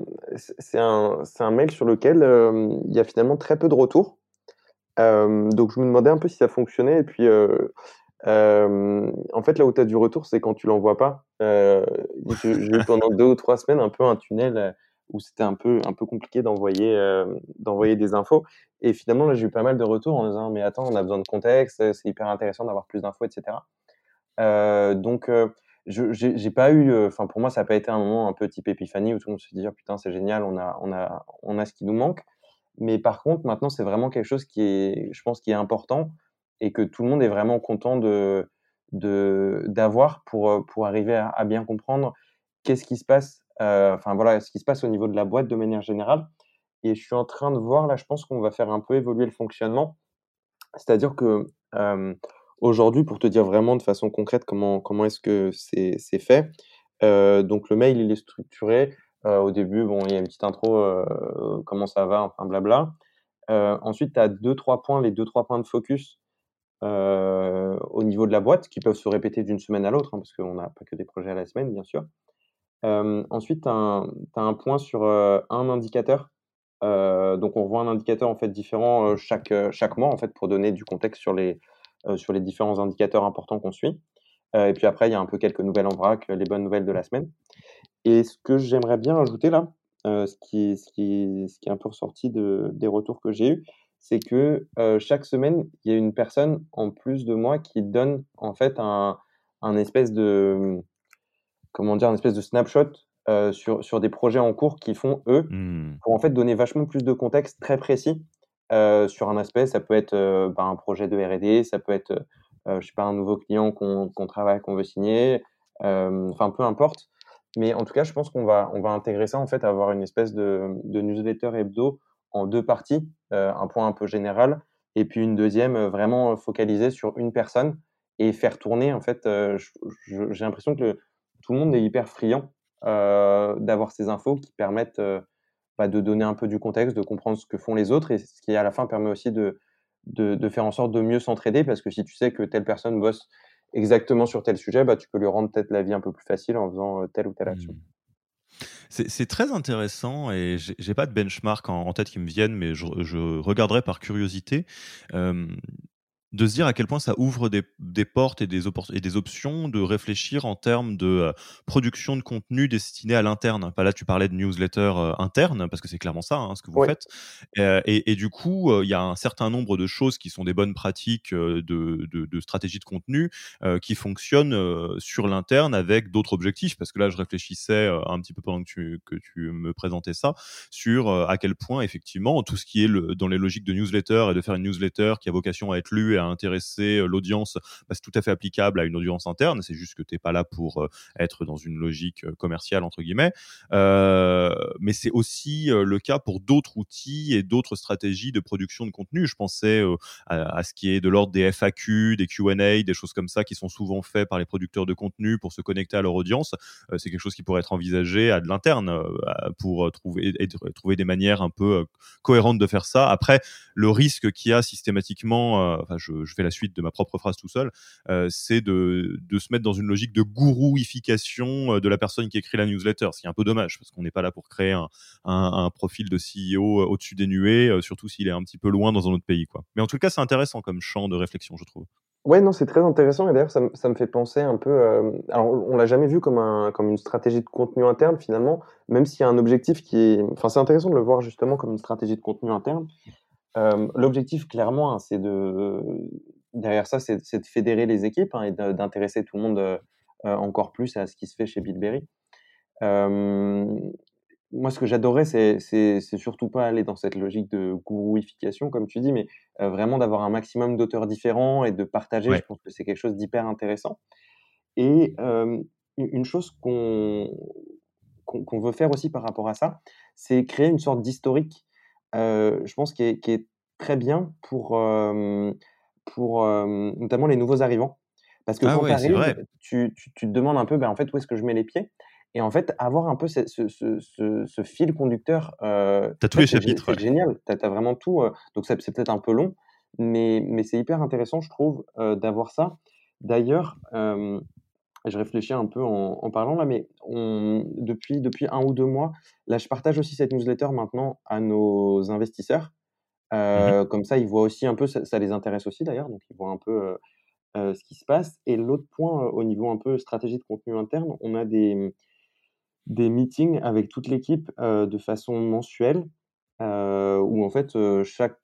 c'est un mail sur lequel, il y a finalement très peu de retours. Donc je me demandais un peu si ça fonctionnait et puis, en fait, là où tu as du retour, c'est quand tu l'envoies pas. J'ai eu pendant 2 ou 3 semaines un peu un tunnel, où c'était un peu compliqué d'envoyer des infos et finalement, là, j'ai eu pas mal de retours en disant: «Mais attends, on a besoin de contexte, c'est hyper intéressant d'avoir plus d'infos» et cetera. Donc j'ai pas eu, enfin, pour moi, ça a pas été un moment un peu type épiphanie où tout le monde se dit: «Oh putain, c'est génial, on a ce qui nous manque». Mais par contre, maintenant, c'est vraiment quelque chose qui est, je pense, qui est important et que tout le monde est vraiment content d'avoir pour arriver à bien comprendre qu'est-ce qui se passe, enfin voilà, ce qui se passe au niveau de la boîte de manière générale. Et je suis en train de voir là, je pense qu'on va faire un peu évoluer le fonctionnement. C'est-à-dire que, aujourd'hui, pour te dire vraiment de façon concrète comment est-ce que c'est fait, donc le mail, il est structuré. Au début, bon, il y a une petite intro, comment ça va, enfin blabla. Ensuite, tu as 2-3 points, les 2-3 points de focus, au niveau de la boîte qui peuvent se répéter d'une semaine à l'autre, hein, parce qu'on n'a pas que des projets à la semaine, bien sûr. Ensuite, tu as un point sur, un indicateur. Donc on revoit un indicateur, en fait, différent, chaque mois, en fait, pour donner du contexte sur les différents indicateurs importants qu'on suit. Et puis après, il y a un peu quelques nouvelles en vrac, les bonnes nouvelles de la semaine. Et ce que j'aimerais bien ajouter là, ce qui est un peu ressorti des retours que j'ai eus, c'est que, chaque semaine, il y a une personne en plus de moi qui donne en fait un espèce de, comment dire? Un espèce de snapshot, sur des projets en cours qu'ils font eux, Mmh. pour en fait donner vachement plus de contexte très précis, sur un aspect. Ça peut être, un projet de R&D, ça peut être, je sais pas, un nouveau client qu'on travaille, qu'on veut signer, enfin peu importe. Mais en tout cas, je pense qu'on va intégrer ça en fait, avoir une espèce de newsletter hebdo en 2 parties, un point un peu général et puis une deuxième vraiment focalisée sur une personne et faire tourner en fait, j'ai l'impression que tout le monde est hyper friand, d'avoir ces infos qui permettent, bah, de donner un peu du contexte, de comprendre ce que font les autres et ce qui à la fin permet aussi de faire en sorte de mieux s'entraider parce que si tu sais que telle personne bosse exactement sur tel sujet, bah, tu peux lui rendre peut-être la vie un peu plus facile en faisant, telle ou telle action. Mmh. C'est très intéressant et j'ai pas de benchmark en tête qui me viennent, mais je regarderai par curiosité. Hem, de se dire à quel point ça ouvre des portes et des options de réfléchir en termes de, production de contenu destiné à l'interne. Bah, là, tu parlais de newsletter, interne, parce que c'est clairement ça, hein, ce que vous Oui, faites. Et du coup, il y a un certain nombre de choses qui sont des bonnes pratiques, de stratégie de contenu, qui fonctionnent, sur l'interne avec d'autres objectifs. Parce que là, je réfléchissais, un petit peu pendant que tu me présentais ça, sur, à quel point effectivement tout ce qui est dans les logiques de newsletter et de faire une newsletter qui a vocation à être lue et à intéresser, l'audience, bah, c'est tout à fait applicable à une audience interne. C'est juste que tu es pas là pour, être dans une logique, «commerciale» entre guillemets. Mais c'est aussi, le cas pour d'autres outils et d'autres stratégies de production de contenu. Je pensais, à ce qui est de l'ordre des FAQ, des Q&A, des choses comme ça qui sont souvent faits par les producteurs de contenu pour se connecter à leur audience. C'est quelque chose qui pourrait être envisagé à de l'interne, pour, trouver des manières un peu, cohérentes de faire ça. Après, le risque qu'il y a systématiquement, enfin je fais la suite de ma propre phrase tout seul, c'est de se mettre dans une logique de gourouification, de la personne qui écrit la newsletter, ce qui est un peu dommage parce qu'on n'est pas là pour créer un profil de CEO, au-dessus des nuées, surtout s'il est un petit peu loin dans un autre pays, quoi. Mais en tout cas, c'est intéressant comme champ de réflexion, je trouve. ouais, non, c'est très intéressant et d'ailleurs ça me fait penser un peu, alors on l'a jamais vu comme une stratégie de contenu interne finalement, même s'il y a un objectif qui est enfin, c'est intéressant de le voir justement comme une stratégie de contenu interne. L'objectif clairement, hein, c'est derrière ça, c'est de fédérer les équipes, hein, et d'intéresser tout le monde, encore plus à ce qui se fait chez BillBerry. Hem, Moi, ce que j'adorais, c'est surtout pas aller dans cette logique de gourouification comme tu dis, mais vraiment d'avoir un maximum d'auteurs différents et de partager. Je Ouais. pense que c'est quelque chose d'hyper intéressant et une chose qu'on veut faire aussi par rapport à ça, c'est créer une sorte d'historique, je pense qui est très bien pour notamment les nouveaux arrivants. Parce que Ah quand tu ouais, c'est arrives, vrai. tu te demandes un peu, ben, en fait, où est-ce que je mets les pieds? Et en fait, avoir un peu ce fil conducteur, Tu as en tous les fait, chapitres, c'est ouais. génial. Tu as vraiment tout, donc ça c'est peut-être un peu long, mais c'est hyper intéressant, je trouve, d'avoir ça. D'ailleurs, je réfléchis un peu en parlant là, mais depuis 1 ou 2 mois, là, je partage aussi cette newsletter maintenant à nos investisseurs. Mmh. Comme ça, ils voient aussi un peu, ça les intéresse aussi d'ailleurs, donc ils voient un peu, ce qui se passe et l'autre point, au niveau un peu stratégie de contenu interne, on a des meetings avec toute l'équipe, de façon mensuelle, où en fait, chaque,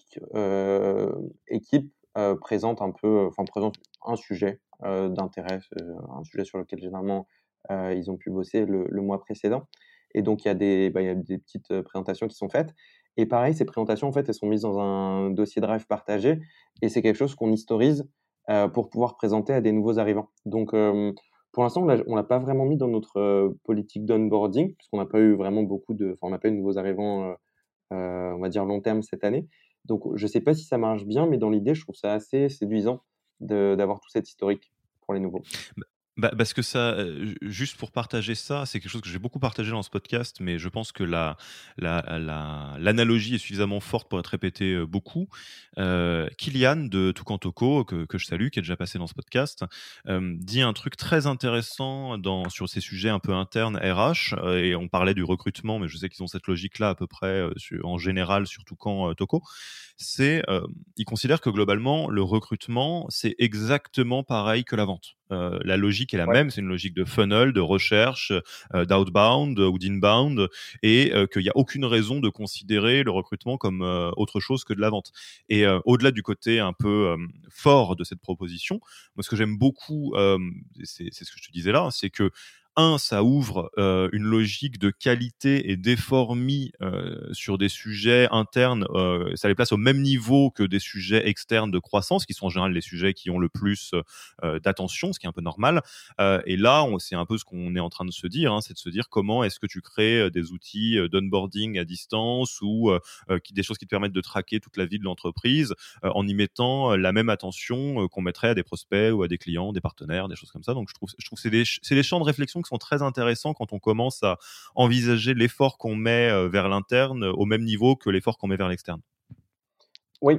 équipe, présente un peu, enfin présente un sujet, d'intérêt, un sujet sur lequel généralement, ils ont pu bosser le mois précédent et donc il y a des petites, présentations qui sont faites et pareil, ces présentations en fait, elles sont mises dans un dossier Drive partagé et c'est quelque chose qu'on historise, pour pouvoir présenter à des nouveaux arrivants. Donc pour l'instant, on l'a pas vraiment mis dans notre, politique d'onboarding puisqu'on n'a pas eu vraiment on n'a pas eu de nouveaux arrivants, on va dire long terme cette année. Donc je sais pas si ça marche bien, mais dans l'idée, je trouve ça assez séduisant d'avoir tout cet historique pour les nouveaux. Parce que ça, juste pour partager ça, c'est quelque chose que j'ai beaucoup partagé dans ce podcast, mais je pense que l'analogie est suffisamment forte pour être répétée, beaucoup. Kylian de Toucan Toco, que je salue, qui est déjà passé dans ce podcast, dit un truc très intéressant sur ces sujets un peu internes RH, et on parlait du recrutement, mais je sais qu'ils ont cette logique-là à peu près, en général sur Toucan, Toco. C'est, ils considèrent que globalement, le recrutement, c'est exactement pareil que la vente. La logique est la Ouais. même, c'est une logique de funnel, de recherche, d'outbound ou d'inbound, et qu'il n'y a aucune raison de considérer le recrutement comme autre chose que de la vente. Et au-delà du côté un peu fort de cette proposition, moi ce que j'aime beaucoup, c'est ce que je te disais là, c'est que ça ouvre une logique de qualité et d'efformie sur des sujets internes. Ça les place au même niveau que des sujets externes de croissance, qui sont en général les sujets qui ont le plus d'attention, ce qui est un peu normal. Et là, c'est un peu ce qu'on est en train de se dire, hein, c'est de se dire comment est-ce que tu crées des outils d'onboarding à distance ou des choses qui te permettent de traquer toute la vie de l'entreprise en y mettant la même attention qu'on mettrait à des prospects ou à des clients, des partenaires, des choses comme ça. Donc, je trouve que c'est des champs de réflexion qui sont très intéressants quand on commence à envisager l'effort qu'on met vers l'interne au même niveau que l'effort qu'on met vers l'externe. Oui,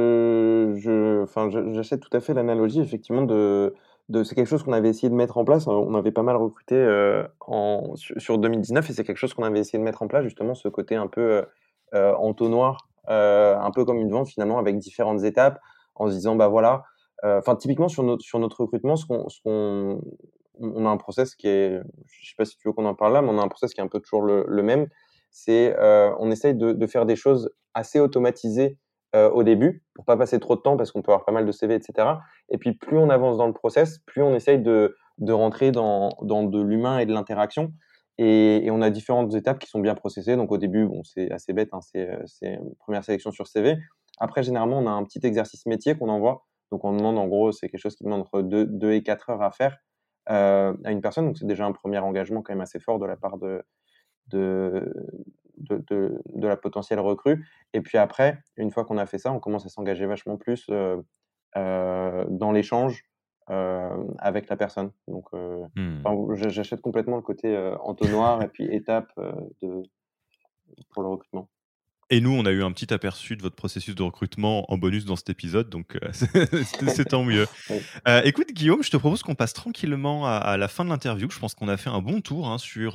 j'achète tout à fait l'analogie, effectivement, c'est quelque chose qu'on avait essayé de mettre en place. On avait pas mal recruté sur 2019 et c'est quelque chose qu'on avait essayé de mettre en place, justement, ce côté un peu entonnoir, un peu comme une vente, finalement, avec différentes étapes, en se disant, bah voilà, enfin, typiquement, sur notre recrutement, on a un process qui est, je sais pas si tu veux qu'on en parle là, mais on a un process qui est un peu toujours le même. C'est, on essaye de faire des choses assez automatisées au début, pour pas passer trop de temps parce qu'on peut avoir pas mal de CV, et cetera. Et puis plus on avance dans le process, plus on essaye de rentrer dans de l'humain et de l'interaction. Et on a différentes étapes qui sont bien processées. Donc au début, bon, c'est assez bête, hein, c'est une première sélection sur CV. Après, généralement, on a un petit exercice métier qu'on envoie. Donc on demande, en gros, c'est quelque chose qui demande entre 2 et 4 heures à faire à une personne. Donc c'est déjà un premier engagement quand même assez fort de la part de, de la potentielle recrue. Et puis après, une fois qu'on a fait ça, on commence à s'engager vachement plus dans l'échange avec la personne. Donc, Hmm. j'achète complètement le côté entonnoir et puis étape pour le recrutement. Et nous, on a eu un petit aperçu de votre processus de recrutement en bonus dans cet épisode, donc c'est tant mieux. Oui. Écoute, Guillaume, je te propose qu'on passe tranquillement à la fin de l'interview. Je pense qu'on a fait un bon tour hein, sur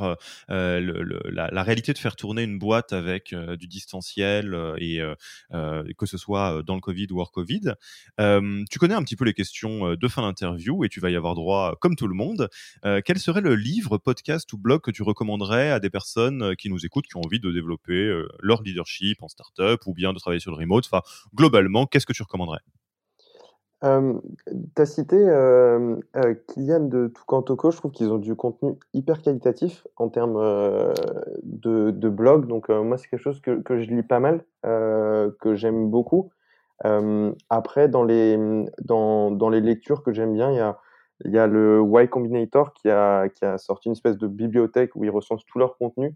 la réalité de faire tourner une boîte avec du distanciel et que ce soit dans le Covid ou hors Covid. Tu connais un petit peu les questions de fin d'interview et tu vas y avoir droit comme tout le monde. Quel serait le livre, podcast ou blog que tu recommanderais à des personnes qui nous écoutent, qui ont envie de développer leur leadership en startup ou bien de travailler sur le remote? Enfin, globalement, qu'est-ce que tu recommanderais? Hem, Tu as cité, Kylian de Toucan je trouve qu'ils ont du contenu hyper qualitatif en termes, de blog. Donc, moi, c'est quelque chose que je lis pas mal, que j'aime beaucoup. Après dans les lectures que j'aime bien, il y a le Y Combinator qui a sorti une espèce de bibliothèque où ils recensent tout leur contenu,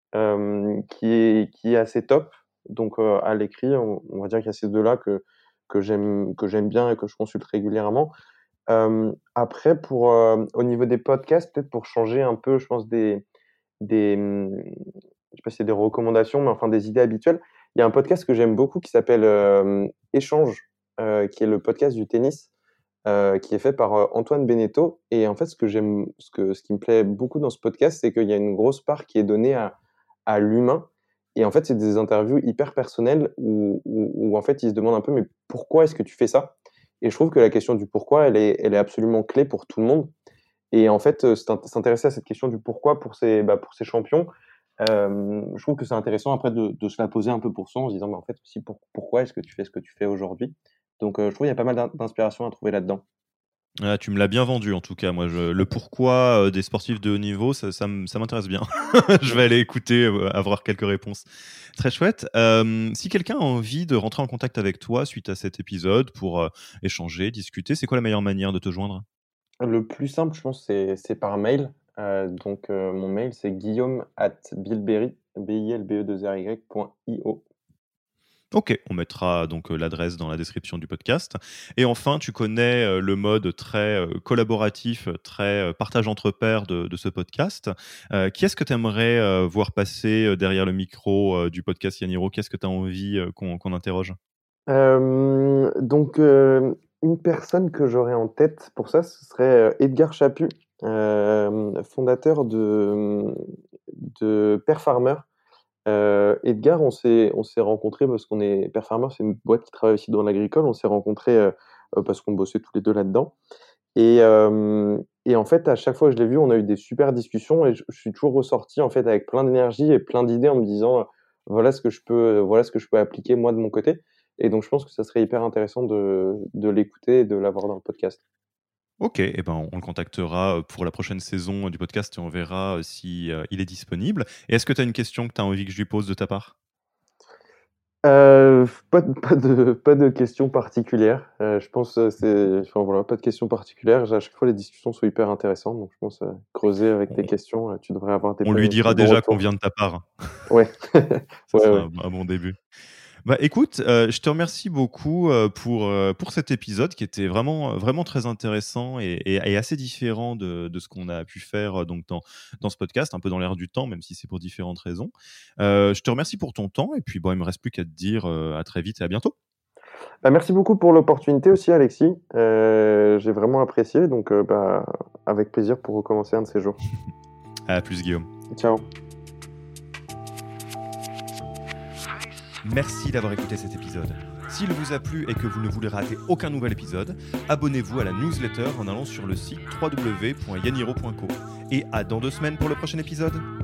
qui est assez top. Donc, à l'écrit, on va dire qu'il y a ces 2 là que j'aime bien et que je consulte régulièrement. Après au niveau des podcasts, peut-être pour changer un peu, je pense je sais pas si c'est des recommandations, mais enfin des idées habituelles. Il y a un podcast que j'aime beaucoup qui s'appelle, Échange, qui est le podcast du tennis, qui est fait par, Antoine Beneteau. Et en fait, ce qui me plaît beaucoup dans ce podcast, c'est qu'il y a une grosse part qui est donnée à l'humain. Et en fait, c'est des interviews hyper personnelles où en fait, ils se demandent un peu: «Mais pourquoi est-ce que tu fais ça?» Et je trouve que la question du pourquoi, elle est absolument clé pour tout le monde. Et en fait, s'intéresser à cette question du pourquoi pour ces champions, je trouve que c'est intéressant après de se la poser un peu pour soi en se disant: «Mais en fait aussi pourquoi est-ce que tu fais ce que tu fais aujourd'hui?» Donc, je trouve qu'il y a pas mal d'inspiration à trouver là-dedans. Ah, tu me l'as bien vendu en tout cas. Moi, le pourquoi des sportifs de haut niveau, ça m'intéresse bien. Je vais aller écouter, avoir quelques réponses. Très chouette. Si quelqu'un a envie de rentrer en contact avec toi suite à cet épisode pour échanger, discuter, c'est quoi la meilleure manière de te joindre? Le plus simple, je pense, c'est par mail. Donc, mon mail, c'est guillaume@bilberry, bilbe2ry.io. Ok, on mettra donc l'adresse dans la description du podcast. Et enfin, tu connais le mode très collaboratif, très partage entre pairs de ce podcast. Qui est-ce que tu aimerais voir passer derrière le micro du podcast Yaniro? Qu'est-ce que tu as envie qu'on interroge? Donc, une personne que j'aurais en tête pour ça, ce serait, Edgar Chaput, fondateur de Perfarmer. Edgar, on s'est rencontrés parce qu'on est Perfarmer, c'est une boîte qui travaille aussi dans l'agricole. On s'est rencontrés, parce qu'on bossait tous les 2 là-dedans. Et en fait, à chaque fois que je l'ai vu, on a eu des super discussions et je suis toujours ressorti, en fait, avec plein d'énergie et plein d'idées en me disant, voilà ce que je peux appliquer moi de mon côté. Et donc je pense que ça serait hyper intéressant de l'écouter et de l'avoir dans le podcast. Ok, et ben on le contactera pour la prochaine saison du podcast et on verra si il est disponible. Et est-ce que tu as une question que tu as envie que je lui pose de ta part? Pas de questions particulières. Je pense, enfin, voilà, pas de questions particulières. À chaque fois, les discussions sont hyper intéressantes, donc je pense, creuser avec tes On, questions, tu devrais avoir on lui dira des bons déjà qu'on retours. vient de ta part. Ouais. Ça Ouais, sera ouais. un bon début. Bah, écoute, je te remercie beaucoup, pour cet épisode qui était vraiment, vraiment très intéressant et assez différent de ce qu'on a pu faire, donc dans ce podcast, un peu dans l'air du temps, même si c'est pour différentes raisons. Je te remercie pour ton temps et puis, bon, il me reste plus qu'à te dire, à très vite et à bientôt. Bah, merci beaucoup pour l'opportunité aussi, Alexis. J'ai vraiment apprécié, donc bah, avec plaisir pour recommencer un de ces jours. À plus, Guillaume. Ciao. Merci d'avoir écouté cet épisode. S'il vous a plu et que vous ne voulez rater aucun nouvel épisode, abonnez-vous à la newsletter en allant sur le site www.yaniro.co. Et à dans 2 semaines pour le prochain épisode.